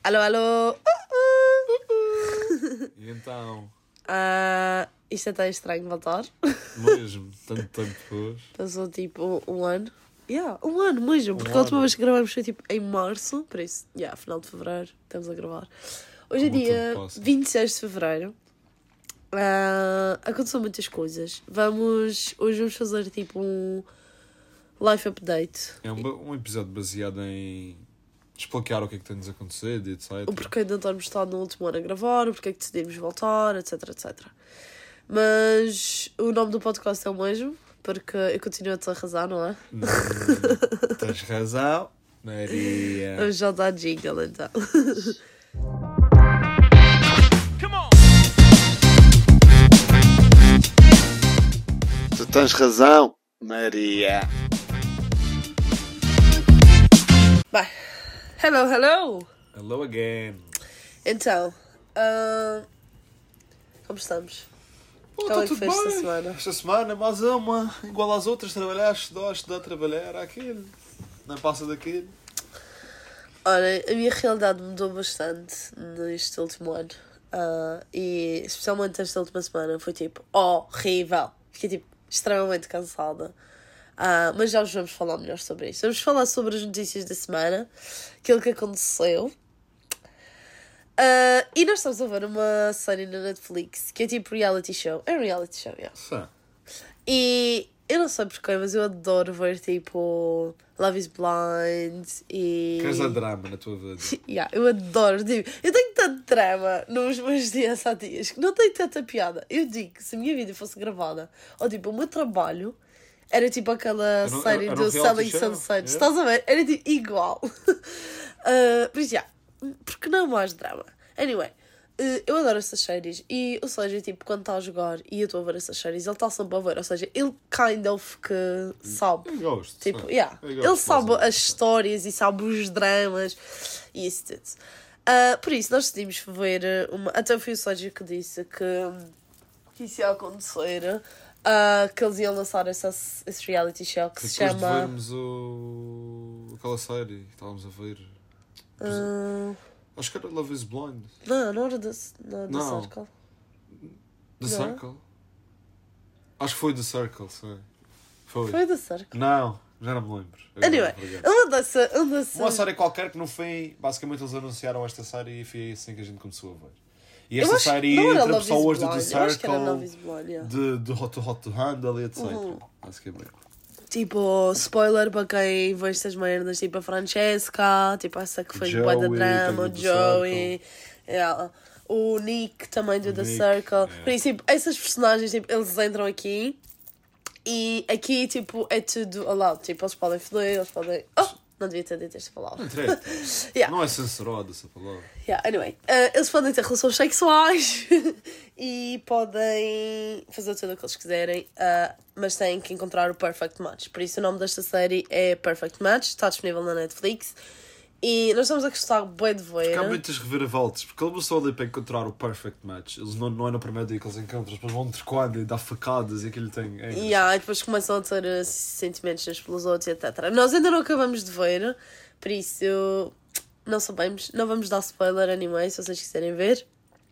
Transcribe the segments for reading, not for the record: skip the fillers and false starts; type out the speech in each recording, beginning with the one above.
Alô, alô. E então? Isto é tão estranho voltar. Mesmo, tanto tempo depois. Passou tipo um ano. Um ano mesmo, porque a ano. última vez que gravamos foi tipo em março, por isso, final de fevereiro, estamos a gravar. Hoje é Como o dia tempo passa. 26 de fevereiro. Aconteceu muitas coisas. Hoje vamos fazer tipo um life update. É um episódio baseado em explicar o que é que tem-nos acontecido e etc. O porquê de não termos estado no último ano a gravar, o porquê é que decidimos voltar, etc, etc. Mas o nome do podcast é o mesmo, porque eu continuo a te arrasar, não é? Tens razão, Maria. Vamos já dar jingle, então. Tu tens razão, Maria. Bem, hello! Hello again. Então, como estamos? Pô, Como é tá que tudo foi esta bem. semana? Esta semana, mais uma. Igual às outras, trabalhar, estudar, trabalhar, aquilo. Não passa daquilo. Olha, a minha realidade mudou bastante neste último ano. E especialmente esta última semana foi tipo horrível. Fiquei tipo extremamente cansada. Mas já vos vamos falar melhor sobre isso. Vamos falar sobre as notícias da semana, aquilo que aconteceu. E nós estamos a ver uma série na Netflix que é tipo reality show. É um reality show, yeah. Sim. E eu não sei porquê, mas eu adoro ver tipo Love is Blind e... Queres a drama na tua vida? Eu adoro, tipo, eu tenho tanto drama nos meus dias há dias que não tenho tanta piada. Eu digo que se a minha vida fosse gravada, ou tipo, o meu trabalho era tipo aquela série era do um reality Selling show, Sunset, yeah. estás a ver? Era tipo igual. Por isso, porque não mais drama? Anyway, eu adoro essas séries e, ou seja, tipo, quando está a jogar e eu estou a ver essas séries, ele está sempre a ver, ou seja, ele kind of que sabe. Eu gosto. Tipo, sim. Eu ele gosto, sabe mas- as histórias e sabe os dramas e isso tudo. Por isso, nós decidimos ver uma... Até foi o Sérgio que disse que isso ia acontecer, que eles iam lançar esse reality show que se Depois de chama... vermos aquela série que estávamos a ver. Acho que era Love is Blind. Não era da Não. Circle. The Não. Circle? Acho que foi The Circle, sim. Foi da Circle. Não, já não me lembro. Agora Anyway, não me uma dessas... Uma série qualquer que no fim, basicamente eles anunciaram esta série e foi assim que a gente começou a ver. E Eu esta acho- série não era entre Love is pessoas do The Blind, eu acho que era Love is Circle, Blind, yeah. de Hot to Handle e etc. Basicamente. Tipo, spoiler para quem vê estas merdas, tipo a Francesca, tipo essa que fez bué da Joey, drama, o também do Joey, o Nick também do The Nick, Circle. yeah. Por isso, tipo, essas personagens, tipo, eles entram aqui e aqui, tipo, é tudo allowed. Tipo, eles podem foder, eles podem... Não devia ter dito esta palavra. Não interessa. Yeah. Não é censurado essa palavra. Anyway, eles podem ter relações sexuais e podem fazer tudo o que eles quiserem, mas têm que encontrar o perfect match. Por isso o nome desta série é Perfect Match, está disponível na Netflix e nós estamos a gostar bem de ver. Porque há muitas reviravoltas, porque ele só ali para encontrar o perfect match. Eles não é no primeiro dia que eles encontram, depois vão trocando e dá facadas e aquilo tem. E depois começam a ter sentimentos uns pelos outros, etc. Nós ainda não acabamos de ver, por isso não sabemos, não vamos dar spoiler anyway, se vocês quiserem ver.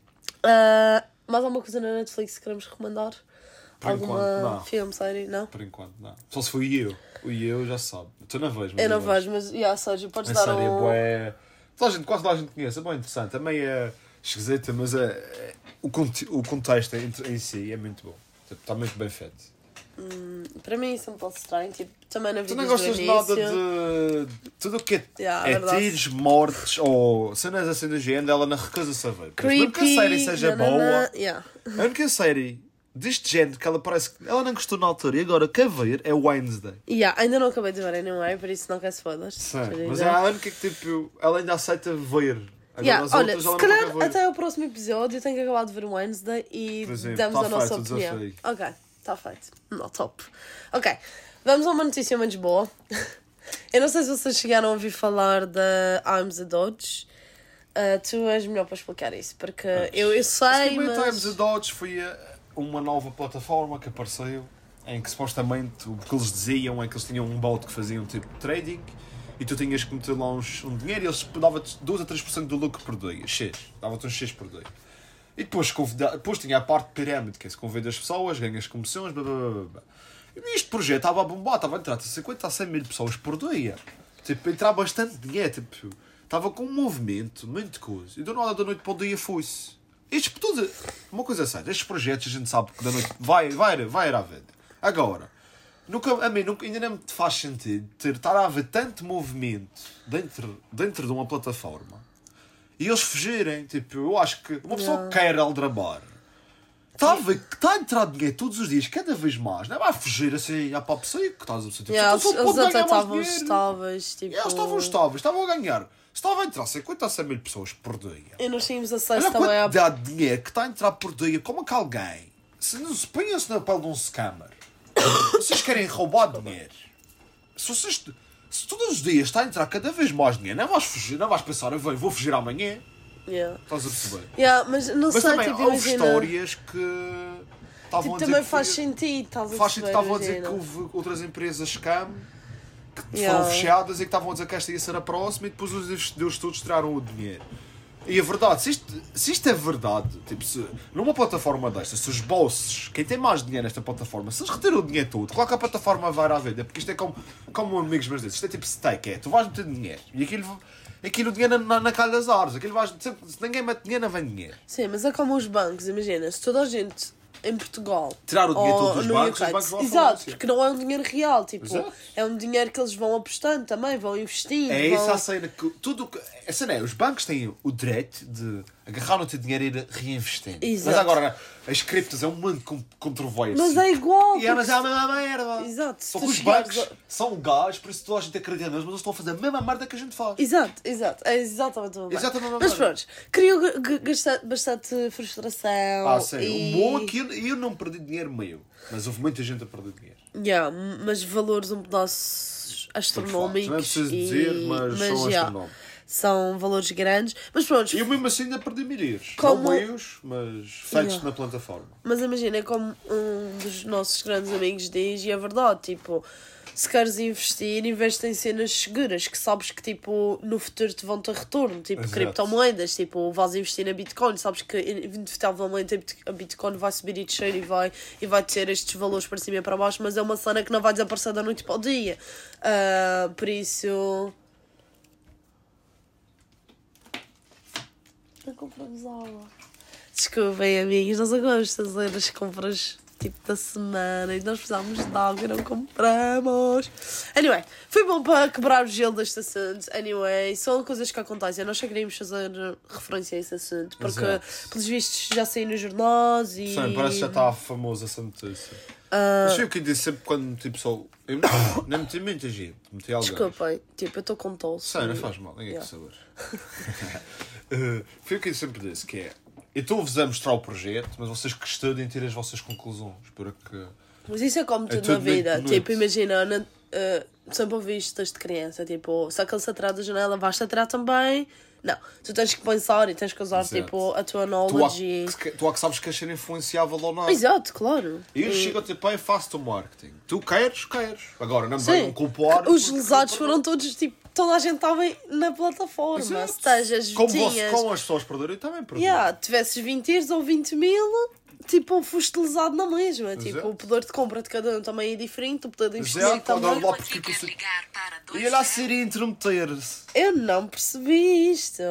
Mais alguma coisa na Netflix que queremos recomendar? Por enquanto, não. Filme, série? Não? Por enquanto, não. Só se foi eu. O eu já sabe. Tu não vejo, mas Eu não vejo, mas Sérgio, podes a dar série um... é bué. Quase toda a gente conhece, é bem interessante. É meio esquisita, mas o contexto em si é muito bom. Tipo, está muito bem feito. Para mim isso é um pouco estranho, tipo, também na Tu vida não gostas de nada de tudo o que é verdade. tiros, mortes ou cenas assim do género, ela não recusa-se a ver. Mesmo que a série seja boa, a única série deste género que ela parece que ela não gostou na altura e agora quer ver é Wednesday. Ainda não acabei de ver anyway, por isso não quero spoilers. Sim, mas é a única que tipo, ela ainda aceita ver. As Olha, outras se ela não calhar quer ver. até o próximo episódio eu tenho que acabar de ver o Wednesday e Por exemplo, damos tá a nossa feito o opinião. desafio. Ok, está feito. Não, top. Ok, vamos a uma notícia menos boa. Eu não sei se vocês chegaram a ouvir falar da I'm the Dodge. Tu és melhor para explicar isso, porque eu sei, Basicamente, mas... Times Dodge foi uma nova plataforma que apareceu em que supostamente o que eles diziam é que eles tinham um bot que faziam tipo trading e tu tinhas que meter lá um dinheiro e eles davam-te 2 a 3% do lucro por dia. X. Dava-te um X por dia. E depois tinha a parte de pirâmide, que é se convidas as pessoas, ganhas comissões, blá blá blá blá. E este projeto estava a bombar, estava a entrar de 50 a 100 mil pessoas por dia. Tipo, entrar bastante dinheiro, tipo, estava com um movimento, muita coisa. E do nada da noite para o dia foi-se. Isto tudo, uma coisa séria, estes projetos a gente sabe que da noite vai ir à venda. Agora, ainda não me faz sentido estar a haver tanto movimento dentro de uma plataforma e eles fugirem. Tipo, eu acho que uma pessoa que quer aldrabar está a entrar dinheiro todos os dias, cada vez mais. Não vai fugir assim à papo seco, que estás a dizer. Eles até estavam estáveis. Tipo... Eles estavam estáveis, estavam a ganhar. Estava a entrar 50 a 100 mil pessoas por dia. E nós tínhamos acesso a também à quantidade de dinheiro que está a entrar por dia. Como é que alguém se ponha-se na pele de um scammer? Vocês querem roubar dinheiro? Se todos os dias está a entrar cada vez mais dinheiro, não vais fugir, não vais pensar, eu vou fugir amanhã. Estás a perceber? Mas não sei, também tipo, houve imagina... histórias que estavam tipo, a dizer também faz sentido, estás a perceber, estavam a dizer que houve outras empresas scam que foram fechadas e que estavam a dizer que esta ia ser a próxima e depois os investidores todos tiraram o dinheiro. E a verdade, se isto é verdade, tipo, se numa plataforma desta, se os bosses, quem tem mais dinheiro nesta plataforma, se eles retiram o dinheiro todo, claro que a plataforma vai à venda, porque isto é como amigos meus dizem, isto é tipo stake, tu vais meter dinheiro e aquilo dinheiro na calha das árvores, se ninguém mete dinheiro, não vem dinheiro. Sim, mas é como os bancos, imagina, se toda a gente em Portugal tirar o dinheiro todo dos bancos, os bancos vão exato, porque não é um dinheiro real, tipo, é um dinheiro que eles vão apostando também, vão investindo. Isso a cena que a cena é, os bancos têm o direito de agarrar no teu dinheiro e ir reinvestindo. Mas agora as criptos é um mundo controverso. Mas é igual. Mas é a mesma merda. Exato. Só que os bancos são gajos, por isso toda a gente acredita neles, mas eles estão a fazer a mesma merda que a gente faz. Exato. É exatamente a mesma merda. Mas pronto, criou bastante frustração. Sério. O bom é que eu não perdi dinheiro meu, mas houve muita gente a perder dinheiro. Mas valores um pedaço astronómicos. Não é preciso dizer, mas são astronómicos. São valores grandes, mas pronto. E eu mesmo assim ainda perdi milhares. Não meios, mas feitos na plataforma. Mas imagina, é como um dos nossos grandes amigos diz, e é verdade, tipo, se queres investir, investe em cenas seguras, que sabes que, tipo, no futuro te vão ter retorno, tipo, criptomoedas, tipo, vais investir na Bitcoin, sabes que inevitavelmente a Bitcoin vai subir e descer e vai ter estes valores para cima e para baixo, mas é uma cena que não vai desaparecer da noite para o dia. Por isso... compramos água. Desculpem, amigos, nós acabamos de fazer as compras tipo da semana e nós precisávamos de água e não compramos. Anyway, foi bom para quebrar o gelo deste assunto. Anyway, são coisas que acontecem. Nós só queríamos fazer referência a esse assunto porque, pelos vistos, já saiu nos jornais e... Sim, parece que já está famoso essa notícia. Mas foi o que eu disse sempre quando, tipo, só... Eu não meti muita gente, meti alguém. Desculpem, tipo, eu estou com tosse. Sim, não faz mal, ninguém quer saber. Foi o que eu sempre disse, que é... Eu estou-vos a mostrar o projeto, mas vocês que estudem e tirem as vossas conclusões, porque... Mas isso é como tudo na vida. Tipo, imagina, sempre ouvi isto desde criança, tipo, se aquele se atirar da janela, vais-te atirar também... Não, tu tens que pensar e tens que usar tipo, a tua knowledge. Tu é que sabes que a ser influenciável ou não. Exato, claro. E eu chego a ter pai e faço o marketing. Tu queres. Agora não me venham culpar. Os lesados foram todos tipo. Toda a gente estava na plataforma. Exato. Se estejas como as pessoas perderem, também perderem. Tivesses 20 euros ou 20 mil. Tipo, foste lesado na mesma. Tipo, o poder de compra de cada um também é diferente. O poder de investimento também. E ela Siri intrometer-se. Eu não percebi isto.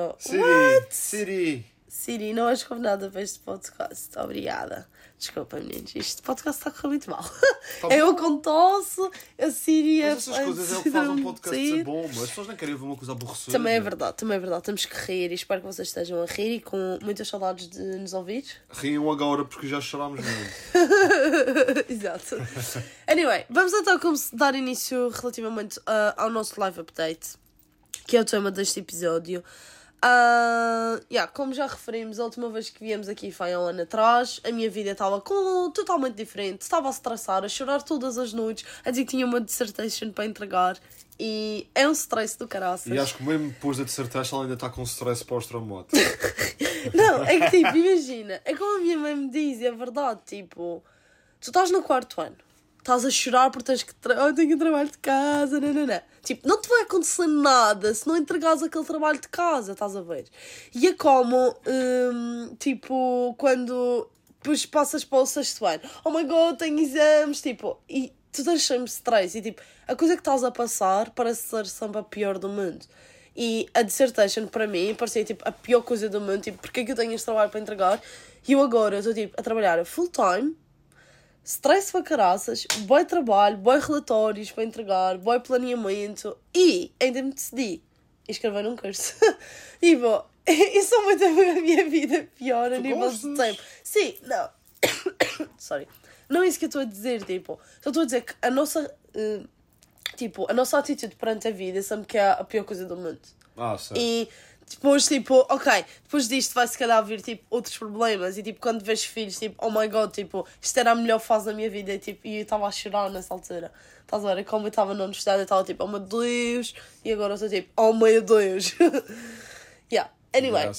Siri, não és convidada para este podcast. Obrigada. Desculpa, meninos. Este podcast está a correr muito mal. Eu com tosse, a Siri... Mas essas coisas é o que faz um podcast ser bom. Mas as pessoas não querem ver uma coisa aborrecida. Também é verdade. Temos que rir. E espero que vocês estejam a rir e com muitas saudades de nos ouvir. Riam agora porque já chorámos muito. Exato. Anyway, vamos então dar início relativamente ao nosso live update, que é o tema deste episódio. Como já referimos, a última vez que viemos aqui foi há um ano atrás. A minha vida estava totalmente diferente. Estava a estressar, a chorar todas as noites, a dizer que tinha uma dissertation para entregar. E é um stress do caraças. E acho que mesmo depois da dissertation ela ainda está com stress pós-traumático. Não, é que tipo, imagina, é como a minha mãe me diz, é verdade, tipo, tu estás no 4º ano, estás a chorar porque tens que... tenho um trabalho de casa, não. Tipo, não te vai acontecer nada se não entregares aquele trabalho de casa, estás a ver? E é como, tipo, quando depois passas para o 6º ano. Oh my God, tenho exames, tipo... E tu tens sempre stress e, tipo, a coisa que estás a passar parece ser sempre a pior do mundo. E a dissertation, para mim, parecia, tipo, a pior coisa do mundo. Tipo, porque é que eu tenho este trabalho para entregar? E eu agora estou, tipo, a trabalhar full time, stress para caraças, bom trabalho, bom relatórios para entregar, bom planeamento e ainda me decidi escrever um curso. Tipo, isso é muito a minha vida pior a nível de tempo. Sim, não. Sorry. Não é isso que eu estou a dizer, tipo. Só estou a dizer que a nossa... tipo, a nossa atitude perante a vida sempre que é a pior coisa do mundo. Certo. E depois, tipo, ok, depois disto vai se calhar vir, tipo, outros problemas. E, tipo, quando vês filhos, tipo, oh my God, tipo, isto era a melhor fase da minha vida. E, tipo, eu estava a chorar nessa altura. Estás a ver? Como eu estava na universidade, eu estava, tipo, oh meu Deus. E agora eu estou, tipo, oh meu Deus. Yeah, anyway.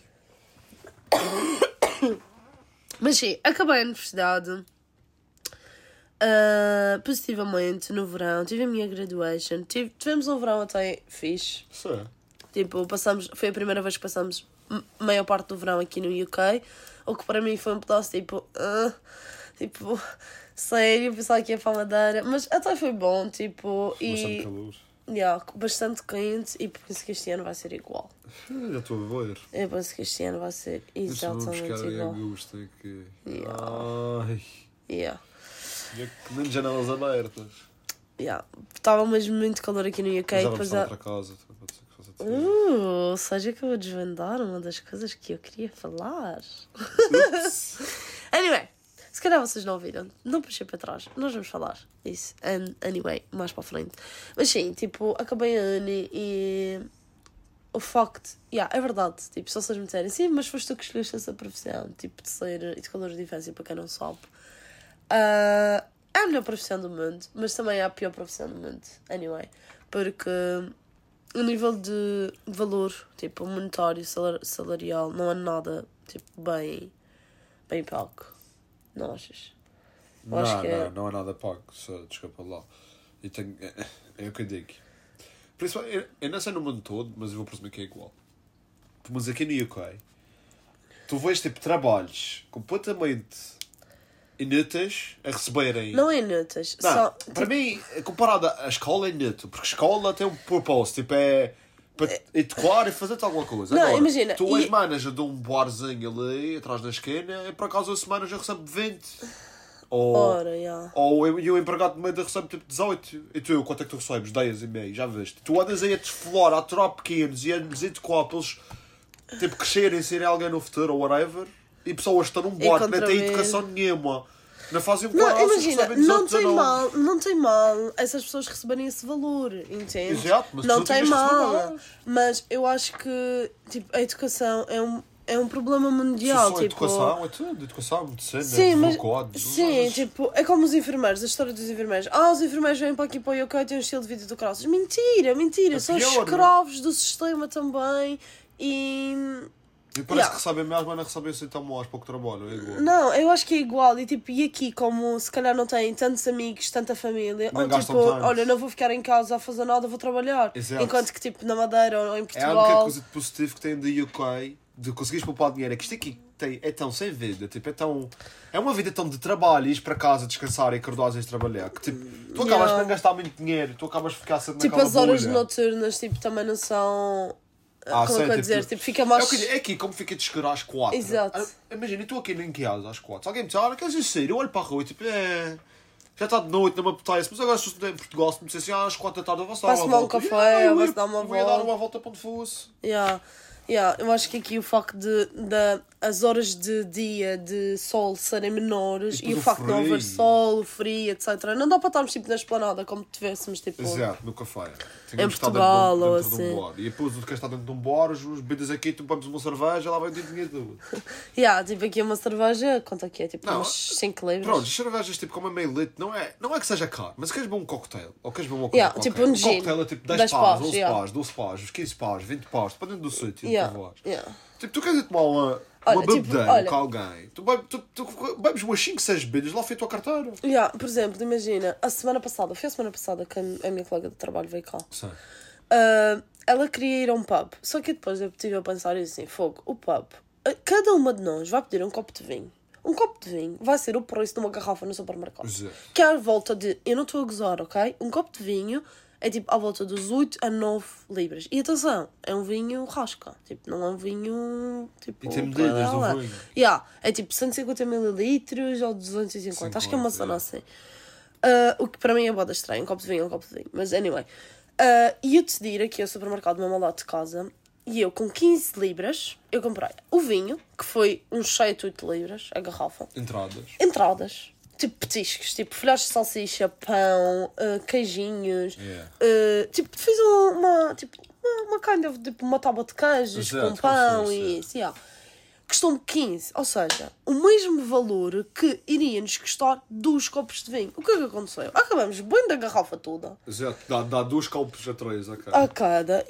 Mas sim, acabei a universidade. Positivamente no verão, tive a minha graduation, tivemos um verão até fixe. Sim. Tipo, foi a primeira vez que passamos a maior parte do verão aqui no UK, o que para mim foi um pedaço tipo, tipo, sério, pensava que ia para a Madeira, mas até foi bom, tipo, bastante calor. Yeah, bastante quente e penso que este ano vai ser igual. Já estou a ver. Eu penso que este ano vai ser exatamente igual. Yeah. Nem janelas abertas. Yeah. Estava mesmo muito calor aqui no UK. Mas já outra casa. Ou seja, que eu vou desvendar uma das coisas que eu queria falar. Anyway, se calhar vocês não ouviram. Não puxei para trás. Nós vamos falar isso. Anyway, mais para a frente. Mas sim, tipo, acabei a uni e... O facto... é verdade. Tipo, se vocês me disserem, sim, mas foste tu que escolheste essa profissão. Tipo, de ser educador de infância, para quem não sabe. É a melhor profissão do mundo, mas também é a pior profissão do mundo. Anyway, porque o nível de valor, tipo, monetário, salarial, não é nada, tipo, bem pago. Não achas? Não é nada pago, só, desculpa lá. E tenho, é o que eu digo. Principalmente, eu não sei no mundo todo, mas eu vou presumir que é igual. Mas aqui no UK, tu vês, tipo, trabalhos completamente... inúteis a receberem... Não é inúteis. Não, só, para mim, comparado à escola, é inútil. Porque a escola tem um propósito. Tipo, é para educar e fazer-te alguma coisa. Não, agora, imagina... Tu és manager de um barzinho ali, atrás da esquina, e por acaso esse manager recebe 20. Ou o empregado de média recebe tipo 18. E tu, quanto é que tu recebes? 10,5, já viste? Tu andas aí a desfolar, a aturar pequenos e a lhes educar para eles tipo, crescerem, serem alguém no futuro ou whatever. E pessoas que estão num bar que não têm educação nenhuma. Não fazem um não, imagina, não tem mal essas pessoas receberem esse valor, entende? Exato, mas não tem mal. Mas eu acho que tipo, a educação é um problema mundial. Só tipo... educação, é tudo. Educação, medicina, sim, mas, advogados. sim, tipo, é como os enfermeiros, a história dos enfermeiros. Os enfermeiros vêm para aqui para o UK e têm um estilo de vida do caralho. Mentira, são escravos do sistema também e parece que recebem mais, mas não recebem assim tão mais pouco trabalho, é igual. Não, eu acho que é igual. E, tipo, e aqui, como se calhar não têm tantos amigos, tanta família, não ou tipo, olha, não vou ficar em casa a fazer nada, vou trabalhar. Exato. Enquanto que, tipo, na Madeira ou em Portugal... É a única coisa de positivo que tem do UK, de conseguires poupar dinheiro, é que isto aqui é tão sem vida, tipo, é uma vida tão de trabalho, ires para casa descansar e acordares e trabalhar, que tipo, tu acabas por gastar muito dinheiro, tu acabas por ficar sempre tipo, naquela bolha. as horas noturnas, tipo, também não são... como sei, é que eu dizer? Tipo, fica mais... É aqui como fica de chegar às 4. Exato. Imagina, eu estou aqui em casa às 4. Se alguém me diz, queres ir sair? Eu olho para a rua e tipo, já está de noite, não me apetece. Mas agora se eu estou em Portugal, se me dissessem às 4 da tarde, eu vou dar uma volta. Um café, eu vou dar uma volta. Eu ia dar uma volta para onde fosse. Eu acho que aqui o facto de as horas de dia de sol serem menores e o facto de não haver sol, frio, etc. Não dá para estarmos tipo na esplanada como tivéssemos tipo... Exato, no café. Em Portugal ou assim. De um bar. E depois tu queres estar dentro de um bar, os bebidas aqui, tu pões uma cerveja, lá vai o dinheiro tudo. Tipo aqui uma cerveja, quanto é que é? Tipo uns 5 libras. Pronto, as cervejas tipo como a meio litro, não é que seja caro, mas queres beber um cocktail, ou queres beber uma coisa tipo um gin. cocktail é tipo 10 paus, 11 paus, 12 paus, 15 paus, 20 paus, dependendo do sítio. voz. Tipo, tu queres ir tomar uma bebedeira com alguém, tu bebes umas 5, 6 bebidas, lá foi a tua carteira. Por exemplo, imagina, foi a semana passada que a minha colega de trabalho veio cá. Sim. Ela queria ir a um pub, só que depois eu tive a pensar assim, o pub, cada uma de nós vai pedir um copo de vinho. Um copo de vinho vai ser o preço de uma garrafa no supermercado. Exato. Que é à volta de, eu não estou a gozar, ok? Um copo de vinho é tipo à volta dos 8 a 9 libras. E atenção, é um vinho rasca. Tipo, não é um vinho... Tipo, e tem medidas do vinho. É tipo 150 ml ou 250. Acho que é uma cena assim. O que para mim é boda estranho. Um copo de vinho é um copo de vinho. Mas anyway. E eu decidi ir aqui ao supermercado mesmo ao lado de casa. E eu, com 15 libras, eu comprei o vinho, que foi uns 7, 8 libras, a garrafa. Entradas. Tipo petiscos, tipo folhares de salsicha, pão, queijinhos. Tipo, fiz uma kind of, tipo, uma tábua de queijos com pão e isso. Custou-me 15, ou seja, o mesmo valor que iria-nos custar 2 copos de vinho. O que é que aconteceu? Acabamos bem da garrafa toda. Exato, dá 2 copos a 3 a cada.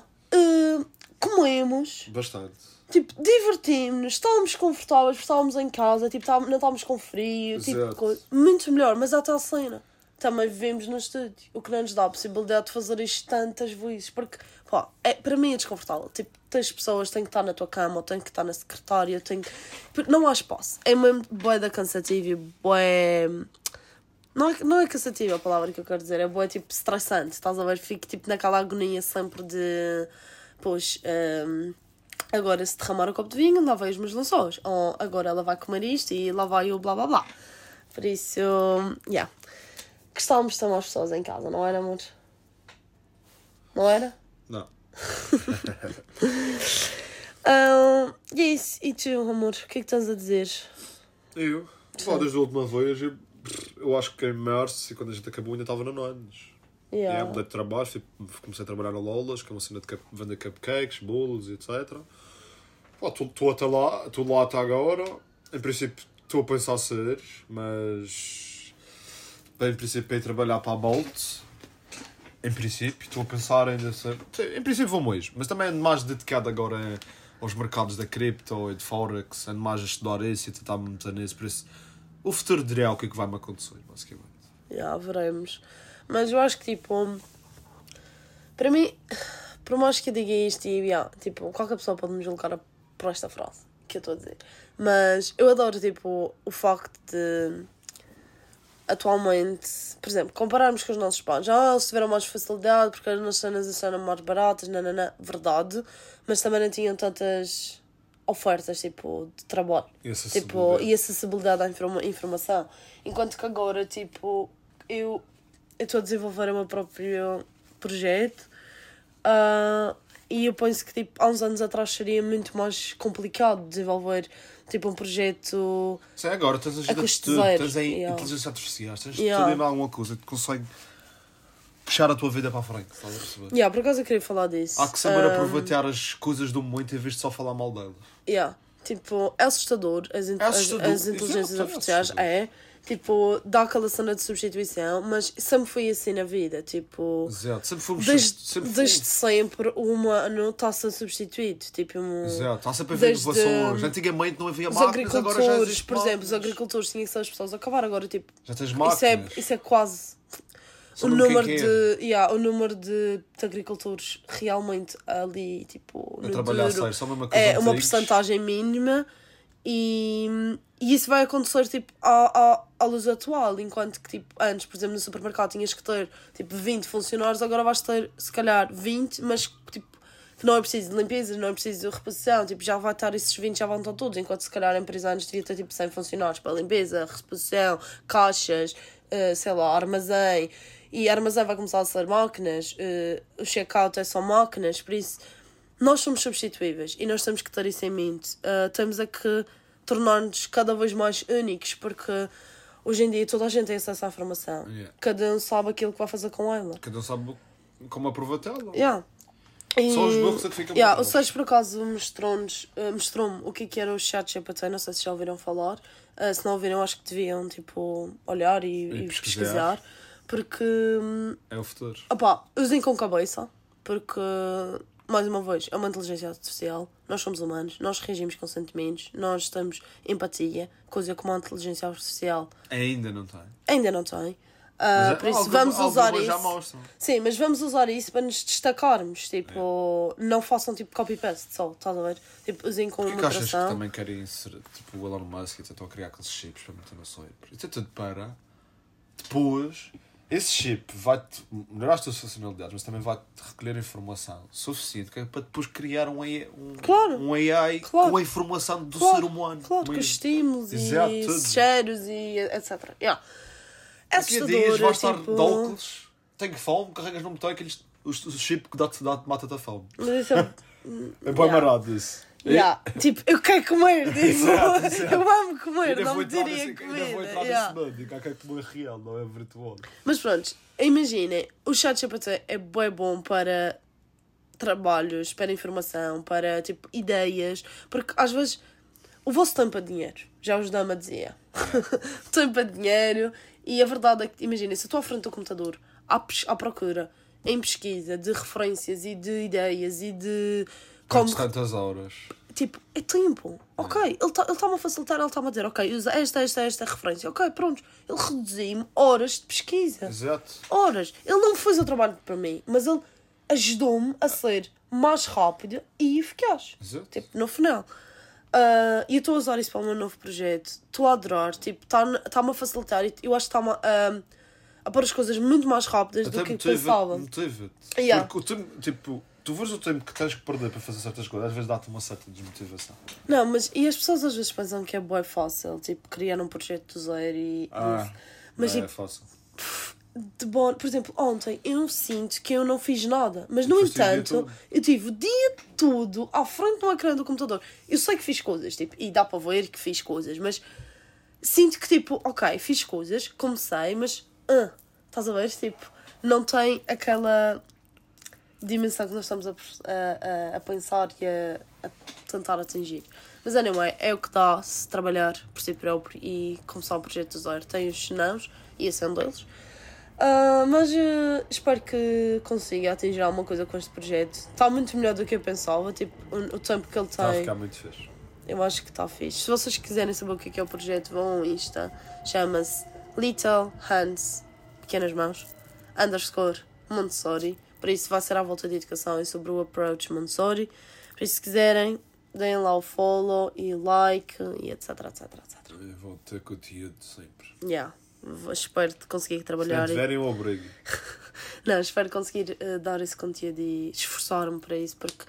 Comemos. Bastante. Tipo, divertimos-nos, estávamos confortáveis, estávamos em casa, tipo, não estávamos com frio, tipo, muito melhor, mas até a cena. Também vivemos no estúdio, o que não nos dá a possibilidade de fazer isto tantas vezes, porque, para mim é desconfortável. Tipo, tens pessoas, têm que estar na tua cama, ou têm que estar na secretária, não há espaço. É mesmo bué da cansativa e bué... Não é cansativa a palavra que eu quero dizer, é bué, tipo, estressante, estás a ver? Fico, tipo, naquela agonia sempre de... Pois, agora se derramar um copo de vinho, lá vai os meus lençóis. Ou agora ela vai comer isto e lá vai o blá blá blá. Por isso, gostávamos de ter mais pessoas em casa, não era, amor? Não era? Não. E é isso. E tu, amor, o que é que estás a dizer? Eu? Desde a última vez, eu acho que em março, quando a gente acabou, ainda estava na Nones. Mudei de trabalho, comecei a trabalhar na Lolas, que é uma cena de vender cupcakes, bolos e etc. Estou lá até agora. Em princípio, estou a pensar sair, mas... Em princípio, ir trabalhar para a Bolt. Em princípio, estou a pensar ainda ser... Em princípio, vou mesmo. Mas também ando mais dedicado agora aos mercados da cripto e de Forex. Ando mais a estudar isso e a tentar me meter nisso. Por isso, o futuro dirá o que é que vai me acontecer, basicamente. Veremos. Mas eu acho que, tipo, para mim, por mais que eu diga isto, tipo, qualquer pessoa pode me julgar por esta frase que eu estou a dizer. Mas eu adoro, tipo, o facto de, atualmente, por exemplo, compararmos com os nossos pais. Eles tiveram mais facilidade porque as cenas eram mais baratas, verdade. Mas também não tinham tantas ofertas, tipo, de trabalho. E acessibilidade à informação. Enquanto que agora, tipo, eu estou a desenvolver o meu próprio projeto e eu penso que, tipo, há uns anos atrás seria muito mais complicado desenvolver, tipo, um projeto. Sim, agora tens a inteligência artificial, tens tudo em alguma coisa que consegue puxar a tua vida para a frente, estás a perceber? Por acaso eu queria falar disso. Há que saber aproveitar as coisas do momento em vez de só falar mal delas. Tipo, é assustador as inteligências artificiais, tipo, dá aquela cena de substituição, mas sempre foi assim na vida, tipo... Exato, desde sempre o humano está a ser substituído, tipo... Exato, está sempre a haver inovações. Antigamente não havia máquinas, agora já existem. Por exemplo, os agricultores tinham que ser as pessoas a acabar, agora, tipo... Já tens máquinas. Isso é quase... O número de agricultores realmente ali, tipo... A trabalhar sério, só uma coisa uma porcentagem mínima e isso vai acontecer, tipo, à luz atual, enquanto que, tipo, antes, por exemplo, no supermercado tinhas que ter, tipo, 20 funcionários, agora vais ter, se calhar, 20, mas, tipo, que não é preciso de limpeza, não é preciso de reposição, tipo, já vai estar esses 20, já vão estar todos, enquanto, se calhar, a empresa antes devia ter, tipo, 100 funcionários para limpeza, reposição, caixas, sei lá, armazém, e armazém vai começar a ser máquinas, o check-out é só máquinas, por isso nós somos substituíveis e nós temos que ter isso em mente. Temos a que tornar-nos cada vez mais únicos, porque hoje em dia toda a gente tem acesso à informação. Cada um sabe aquilo que vai fazer com ela. Cada um sabe como aproveitá-la. Só os burros é que ficam o Sérgio, por acaso, mostrou-me o que era o ChatGPT, não sei se já ouviram falar. Se não ouviram, acho que deviam, tipo, olhar e pesquisar. Porque... é o futuro. Usem com cabeça, porque mais uma vez, é uma inteligência artificial, nós somos humanos, nós reagimos com sentimentos, nós temos empatia, coisa como a inteligência artificial ainda não tem. Ainda não tem. Por isso vamos usar isso. Já mostram. Sim, mas vamos usar isso para nos destacarmos. Tipo, não façam tipo copy-paste só, estás a ver? Tipo, usem com moderação. Porque achas que também querem ser tipo o Elon Musk e tentam criar aqueles chips para meter no cérebro? Isso é tudo para depois esse chip vai-te melhorar as tuas funcionalidades, mas também vai-te recolher informação suficiente para depois criar um AI, com a informação do ser humano. Claro, com estímulos e cheiros e etc. Yeah. Daqui a dias vais estar de óculos, tenho fome, carregas no botão e o chip que mata-te a fome. Mas isso é... é bem marado isso. Tipo, eu quero comer, tipo, eu amo comer, não me diria comida. Ainda vou entrar nesse mundo, eu quero comer real, não é virtual. Mas pronto, imaginem, o ChatGPT é bem bom para trabalhos, para informação, para tipo ideias, porque às vezes o vosso tempo é dinheiro, já os dama dizia. Tempo é dinheiro, e a verdade é que, imaginem, se eu estou à frente do computador, à procura, em pesquisa, de referências e de ideias e de... tantas horas. Tipo, é tempo. Ok, ele está-me a facilitar, ele está-me a dizer, ok, usa esta referência. Ok, pronto. Ele reduziu-me horas de pesquisa. Exato. Horas. Ele não fez o trabalho para mim, mas ele ajudou-me a ser mais rápido e eficaz. Exato. Tipo, no final. E eu estou a usar isso para o meu novo projeto. Estou a adorar. Tipo, está-me a facilitar. Eu acho que está-me a pôr as coisas muito mais rápidas do que eu pensava. Yeah. Porque o tempo, tipo... Tu vês o tempo que tens que perder para fazer certas coisas, às vezes dá-te uma certa desmotivação. Não, mas e as pessoas às vezes pensam que é bem fácil, tipo, criar um projeto do zero e... mas é fácil. De bom, por exemplo, ontem eu sinto que eu não fiz nada, mas no entanto, eu tive o dia todo à frente do ecrã do computador. Eu sei que fiz coisas, tipo, e dá para ver que fiz coisas, mas sinto que, tipo, ok, fiz coisas, comecei, mas, estás a ver, tipo, não tem aquela... dimensão que nós estamos a pensar e a tentar atingir. Mas anyway, é o que dá se trabalhar por si próprio e começar um projeto do zero. Tem os senãos e esse é um deles. Mas espero que consiga atingir alguma coisa com este projeto. Está muito melhor do que eu pensava. Tipo, o tempo que ele tem. Está a ficar muito fixe. Eu acho que está fixe. Se vocês quiserem saber o que é o projeto, vão ao Insta. Chama-se Little Hands, pequenas mãos, _Montessori. Por isso vai ser à volta de educação e sobre o approach Montessori. Por isso, se quiserem, deem lá o follow e like e etc, etc, etc. Eu vou ter conteúdo sempre. Espero conseguir trabalhar. Se tiverem, eu obrigo. Não, espero conseguir dar esse conteúdo e esforçar-me para isso, porque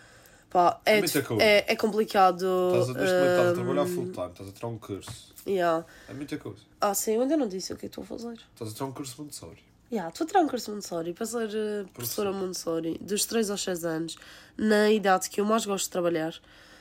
pá, é complicado. Estás a trabalhar full time, estás a tirar um curso. É muita coisa. Sim, eu ainda não disse o que estou a fazer. Estás a tirar um curso Montessori. Estou a tirar um curso Montessori para ser professora Montessori dos 3 aos 6 anos, na idade que eu mais gosto de trabalhar.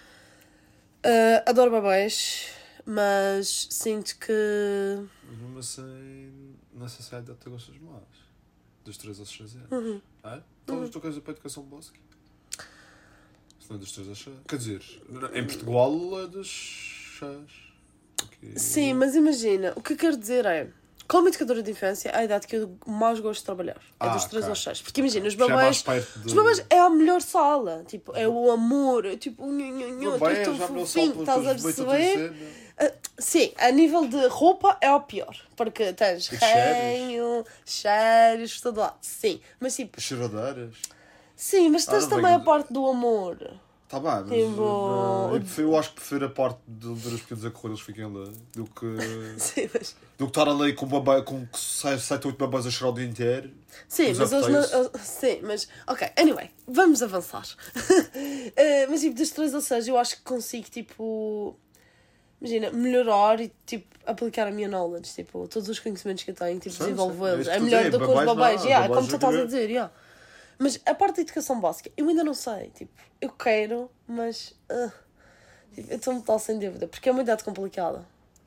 Adoro bebés, mas sinto que... Mas mesmo assim, nessa idade tu gostas mais? Dos 3 aos 6 anos? Então tu queres ir para a educação básica? Se não é dos 3 aos 6. Quer dizer, em Portugal é dos 6. Sim, mas imagina, o que eu quero dizer é... Como educadora de infância, a idade que eu mais gosto de trabalhar é dos 3 aos 6. Porque imagina, os bebés... Os bebés é a melhor sala. Tipo, é o amor. É tipo, é tão fofinho. Estás a perceber? Sim, a nível de roupa é o pior. Porque tens reino, cheiros, todo lado. Sim, mas tipo... Cheiradeiras. Sim, mas tens também a parte do amor. Tá bem, mas eu acho que prefiro a parte de ver os pequenos a correr, eles fiquem lá, do que... Sim, mas... Do que estar ali com 7 ou 8 babás a chorar o dia inteiro. Sim, mas eles não... Sim, mas... Ok, anyway, vamos avançar. Mas tipo, dos 3 ou 6 eu acho que consigo, tipo... Imagina, melhorar e, tipo, aplicar a minha knowledge. Tipo, todos os conhecimentos que eu tenho, tipo, desenvolvê-los. É melhor do que os babás. Como tu estás a dizer, Mas a parte da educação básica, eu ainda não sei. Tipo, eu quero, mas... tipo, eu estou um tal sem dúvida. Porque é uma idade complicada.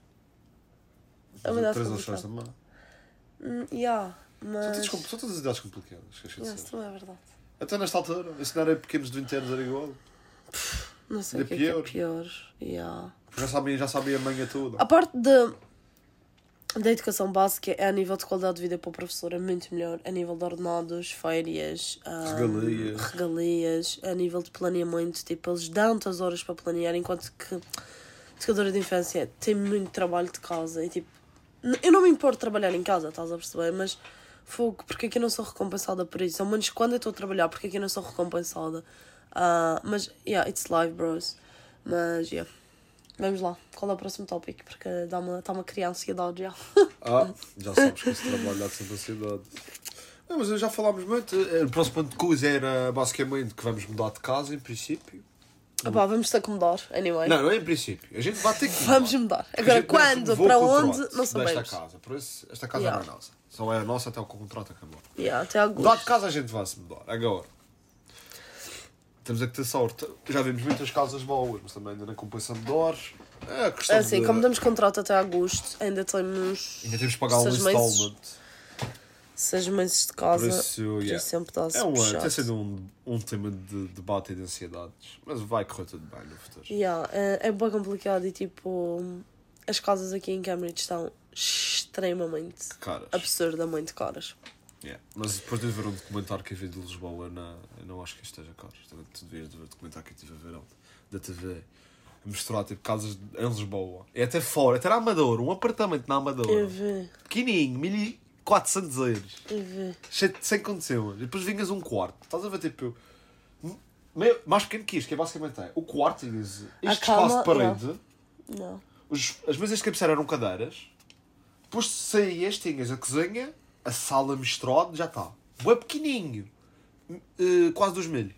É uma idade complicada. Mas... São todas as idades complicadas. Isso não é verdade. Até nesta altura, ensinar a pequenos de 20 anos era igual. Não sei o que é pior. Já sabia a manha toda. A parte de... da educação básica é a nível de qualidade de vida para o professor, é muito melhor. A nível de ordenados, férias, regalias, a nível de planeamento, tipo, eles dão-te as horas para planear, enquanto que a educadora de infância tem muito trabalho de casa. E tipo, eu não me importo de trabalhar em casa, estás a perceber? Mas fogo, porque é que eu não sou recompensada por isso? Ao menos quando eu estou a trabalhar, porque é que eu não sou recompensada? Mas, yeah, it's life, bros. Mas, yeah. Vamos lá, qual é o próximo tópico? Porque está-me a criar ansiedade já. Já sabes que esse trabalho dá sempre ansiedade. Não, mas já falámos muito. O próximo ponto de coisa era basicamente que vamos mudar de casa, em princípio. Vamos ter que mudar, anyway. Não é em princípio. A gente vai ter que mudar. Vamos mudar. Agora, quando, para onde, não sabemos. Desta casa. Por isso, esta casa não é nossa. Só é a nossa até o contrato acabar. Até agosto. Mudar de casa a gente vai se mudar. Agora, temos é que ter sorte. Já vimos muitas casas boas, mas também ainda não compensa mudar. É a questão assim, como damos contrato até agosto, ainda temos que pagar um installment. 6 meses de casa, por isso sempre está-se tem sido um tema de debate e de ansiedades, mas vai correr tudo bem no futuro. É bem complicado e tipo, as casas aqui em Cambridge estão extremamente caras. Absurdamente caras. Mas depois de ver um documentário que eu vi de Lisboa, eu não acho que isto esteja caro. Tu devias ver o documentário que eu estive a ver da TV. A misturar tipo casas em Lisboa. É até fora, até na Amadora, um apartamento na Amadora. Eu vi. Pequenininho, 1400 euros. Eu vi. Sem condições. E depois vinhas um quarto. Estás a ver tipo. Mais pequeno que isto, que é basicamente o quarto, tinhas este espaço de parede. Não. As mesas de cabeceira eram cadeiras. Depois saías, tinhas a cozinha, a sala misturada, já está. Bué pequenininho. Quase 2.000.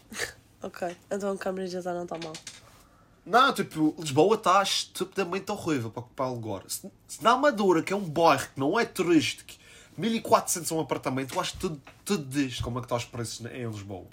Ok, então Cambridge já não está mal. Não, tipo, Lisboa está estupidamente horrível para o lugar. Se na Amadora, que é um bairro que não é turístico, 1.400 um apartamento, eu acho tudo disto, como é que está os preços em Lisboa.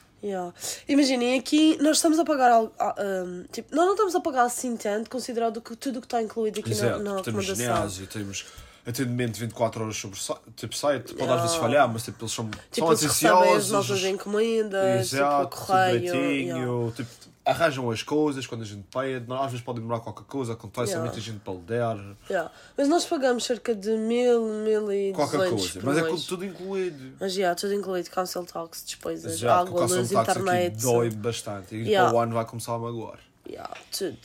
Imaginem, aqui nós estamos a pagar algo, tipo, nós não estamos a pagar assim tanto, considerado que tudo o que está incluído aqui na temos acomodação. ginásio, temos atendimento 24 horas sobre site, pode às vezes falhar, mas tipo, eles são atenciosos. As nossas encomendas, exato, tipo, correio. Tipo, arranjam as coisas quando a gente pede, às vezes pode demorar qualquer coisa, acontece, há muita gente para lidar. Mas nós pagamos cerca de 1.200 qualquer coisa, mas é tudo incluído. Mas tudo incluído, council tax, despesas, exato, água, luz, internet. Dói bastante e para o ano vai começar a magoar. Tudo.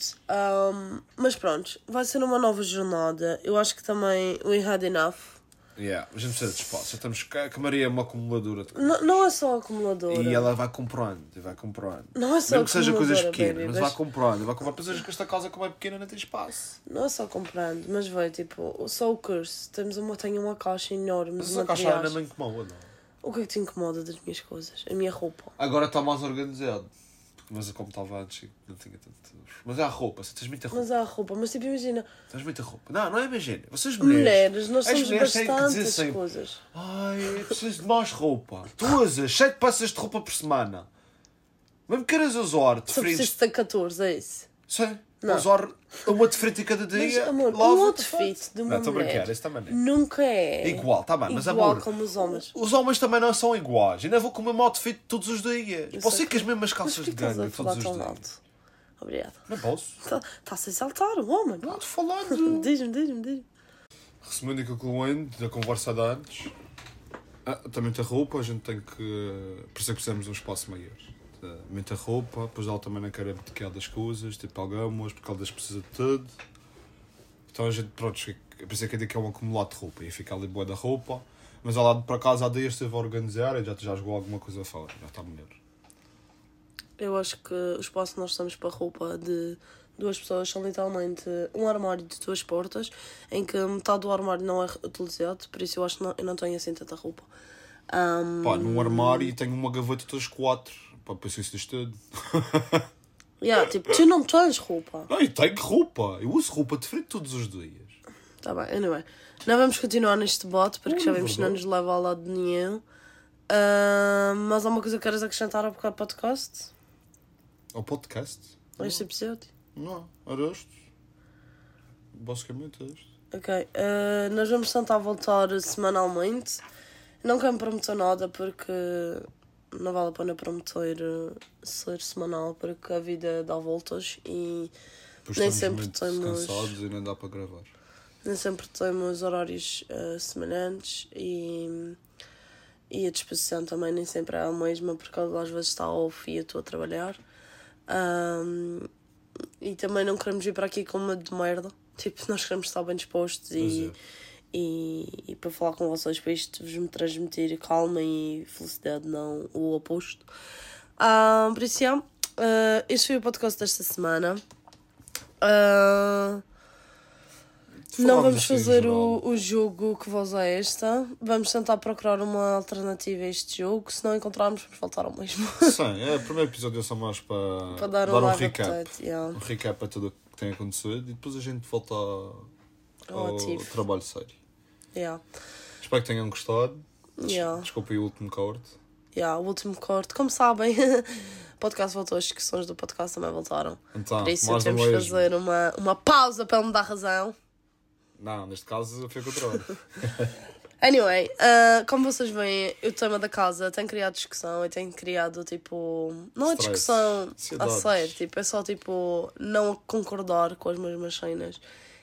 Mas pronto, vai ser uma nova jornada. Eu acho que também we had enough. A gente precisa de espaço. Já estamos que a Maria é uma acumuladora de coisas. Não é só acumuladora. E ela vai comprando. Não é só mesmo que sejam coisas pequenas, baby, mas vai comprando. Pensas que esta casa, como é pequena, não tem espaço. Não é só comprando, mas vai, tipo, só o curso. Tenho uma caixa enorme. Mas essa caixa ainda me incomoda. O que é que te incomoda das minhas coisas? A minha roupa. Agora está mais organizado. Mas como estava antes, não tinha tanto. Mas há roupa, tens muita roupa. Mas tipo, imagina. Tens muita roupa. Não é imagina. Vocês mulheres, nós somos bastantes coisas. Ai, preciso de mais roupa. Tu usas 7 peças de roupa por semana. Mesmo que queiras usar de frente. Só preciso ter 14, é isso? Sim. Usar uma de frente cada dia. Mas, amor, um outfit de uma mulher nunca é igual, tá bem, mas amor, como os homens. Os homens também não são iguais. Ainda vou com o mesmo outfit todos os dias. Posso ir com as mesmas calças de gangue todos os dias. Alto? Obrigada. Não posso. Está-se a exaltar o homem. Não, estou falando. Diz-me. Resumindo e concluindo da conversa de antes, também tem roupa, a gente tem que. Por isso é que precisamos de um espaço maior. Muita roupa, depois ela também não quer abdicar das coisas, tipo algumas, porque ela precisa de tudo. Então a gente, pronto, eu pensei que é um acumulado de roupa, ia ficar ali boa da roupa, mas ela para casa há dias esteve a organizar e já jogou alguma coisa fora, já está melhor. Eu acho que o espaço que nós estamos para roupa de 2 pessoas são literalmente um armário de 2 portas, em que metade do armário não é utilizado, por isso eu acho que eu não tenho assim tanta roupa. Num armário tenho uma gaveta das 4. Para pensar isso disto tudo. Tipo, tu não tens roupa. Não, eu tenho roupa. Eu uso roupa diferente todos os dias. Tá bem, anyway. Não vamos continuar neste debate, porque já vimos que não nos leva a lado nenhum. Mas há uma coisa que queres acrescentar ao podcast? Ao podcast? A este episódio? Não, era este. Basicamente é este. Ok. Nós vamos tentar voltar semanalmente. Não quero me prometer nada, porque não vale a pena prometer ser semanal, porque a vida dá voltas e pois nem sempre temos temos. Cansados e nem dá para gravar. Nem sempre temos horários semelhantes e a disposição também nem sempre é a mesma, porque às vezes está off e eu estou a trabalhar. E também não queremos ir para aqui com medo de merda. Tipo, nós queremos estar bem dispostos e para falar com vocês, para isto vos transmitir calma e felicidade, não o oposto. Por isso, este foi o podcast desta semana. Não vamos fazer o jogo que voz é esta. Vamos tentar procurar uma alternativa a este jogo. Se não encontrarmos, vamos voltar ao mesmo. Sim, o primeiro episódio é só mais para dar um recap. Um recap a tudo o que tem acontecido e depois a gente volta ao trabalho sério. Espero que tenham gostado. Desculpem o último corte. O último corte. Como sabem, o podcast voltou, as discussões do podcast também voltaram. Então, por isso temos que fazer uma pausa para ele me dar razão. Não, neste caso foi o contrário. Anyway, como vocês veem, o tema da casa tem criado discussão e tem criado, tipo... Não é discussão a sério, tipo, é só, tipo, não concordar com as mesmas cenas.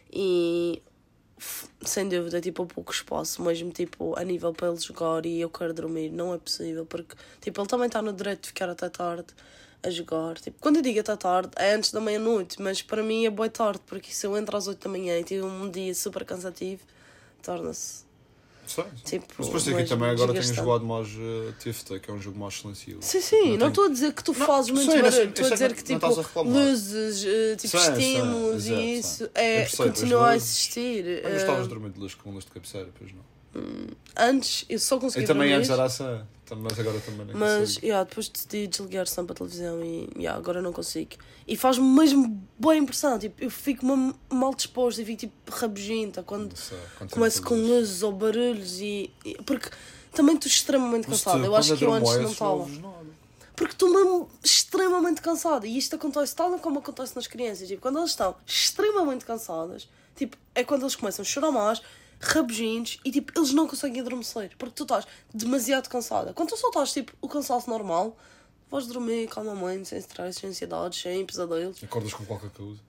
E, sem dúvida, tipo, pouco espaço, mesmo, tipo, a nível para ele jogar e eu quero dormir, não é possível, porque, tipo, ele também está no direito de ficar até tarde a jogar. Tipo, quando eu digo até tarde, é antes da meia-noite, mas para mim é boa tarde, porque se eu entro às 8 da manhã e tive um dia super cansativo, torna-se... Tipo, mas depois aqui também agora tenho jogado mais TFT, que é um jogo mais silencioso. Sim, não estou a dizer que tu fazes muito barulho, estou a dizer que tipo luzes, tipo estímulos e isso continua a existir. Mas estavas a dormir de luz com luz de cabeceira, pois não? Antes eu só conseguia dormir. E também antes era assim, mas agora também não consigo. Mas depois decidi desligar sempre a televisão e agora não consigo. E faz-me mesmo boa impressão, tipo, eu fico mal disposto e fico tipo rabugenta quando começo com luzes ou barulhos porque também estou extremamente cansada. Eu acho que eu antes não estava. Porque estou mesmo extremamente cansada. E isto acontece tal como acontece nas crianças. Tipo, quando elas estão extremamente cansadas, tipo, é quando eles começam a chorar mais, rabuginhos, e tipo, eles não conseguem adormecer. Porque tu estás demasiado cansada. Quando tu só estás, tipo, o cansaço normal, vais dormir calmamente, sem stress, sem ansiedades, sem pesadelos. Acordas com qualquer coisa.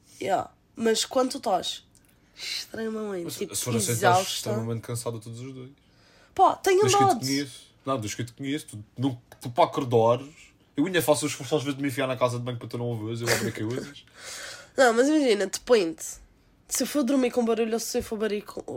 Mas quando tu estás extremamente, tipo, se for assim, estás extremamente cansada todos os dias. Pá, tenho andado. Dos que eu te conheço, tu para acordares, eu ainda faço os esforços às vezes de me enfiar na casa de banho para tu não ouvires, eu abro aqui coisas. Não, mas imagina, depende. Se eu for dormir com barulho ou se eu for barulho com...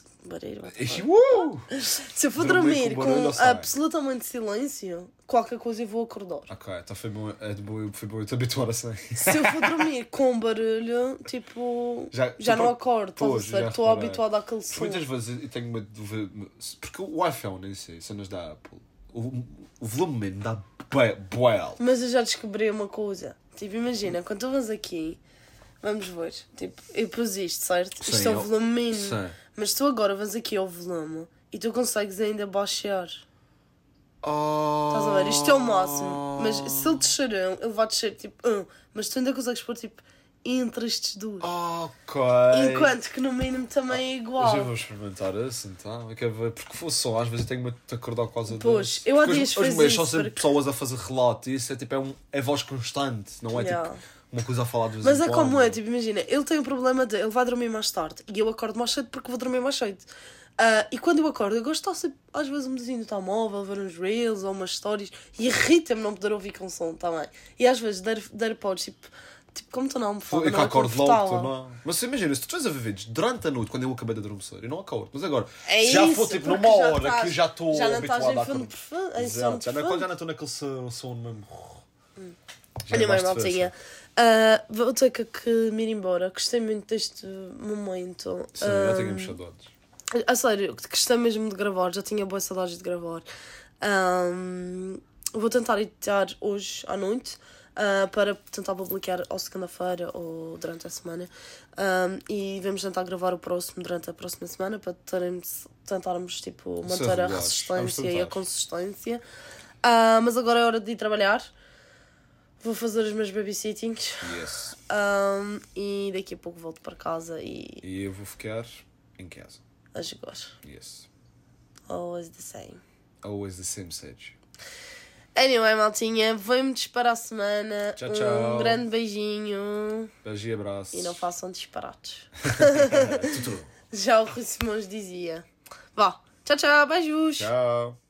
Se eu for dormir com absolutamente silêncio, qualquer coisa eu vou acordar. Ok, então foi bom eu te habituar assim. Se eu for dormir com barulho, tipo... Já não acordo, estou habituado àquele som. Muitas vezes eu tenho medo de ver... Porque o iPhone, nem sei, cenas da Apple, o volume mesmo dá bué. Mas eu já descobri uma coisa. Tipo, imagina, quando tu vas aqui... Vamos ver, tipo, eu pus isto, certo? Sim, isto é o volume mínimo. Mas tu agora vais aqui ao volume e tu consegues ainda baixar. Estás a ver? Isto é o máximo. Mas se ele descer ele vai descer tipo 1. Mas tu ainda consegues pôr tipo entre estes dois. Ok. Enquanto que no mínimo também é igual. Mas eu vou experimentar isso então. Eu quero ver, porque fosse só, às vezes eu tenho medo de acordar por causa disso. Pois, eu há dias fiz isso. Os meus são sempre pessoas a fazer relato e isso é tipo, é voz constante, não é tipo... Uma coisa a falar de vez em quando. Mas é como é, tipo, imagina, ele tem o problema de ele vai dormir mais tarde e eu acordo mais cedo porque vou dormir mais cedo. E quando eu acordo, eu gosto de estar sempre, às vezes, um bezinho no telemóvel, ver uns reels ou umas stories e irrita-me não poder ouvir com som também. E às vezes, dar podes, tipo, como tu não me falas. E que acordo logo, não. Mas imagina, se tu estiveres a ver vídeos durante a noite, quando eu acabei de adormecer, eu não acordo. Mas agora, se já for tipo numa hora que eu já estou habituado a acordar. Exato, já não estou naquele som mesmo. Olha, mais maltinha. Vou ter que me ir embora. Gostei muito deste momento. Sim, já tínhamos saudades. A sério, gostei mesmo de gravar. Já tinha boas saudades de gravar. Vou tentar editar hoje à noite para tentar publicar ou segunda-feira ou durante a semana. E vamos tentar gravar o próximo durante a próxima semana para tentarmos tipo, manter a resistência e a consistência. Mas agora é hora de ir trabalhar. Vou fazer os meus babysittings. Yes. E daqui a pouco volto para casa e eu vou ficar em casa. A jogar. Yes. Always the same. Always the same Sage. Anyway, maltinha, vemo-nos para a semana. Tchau, tchau. Um grande beijinho. Beijo e abraços. E não façam disparates. Tutu. Já o Rui Simões dizia. Vá, tchau, tchau, beijos. Tchau.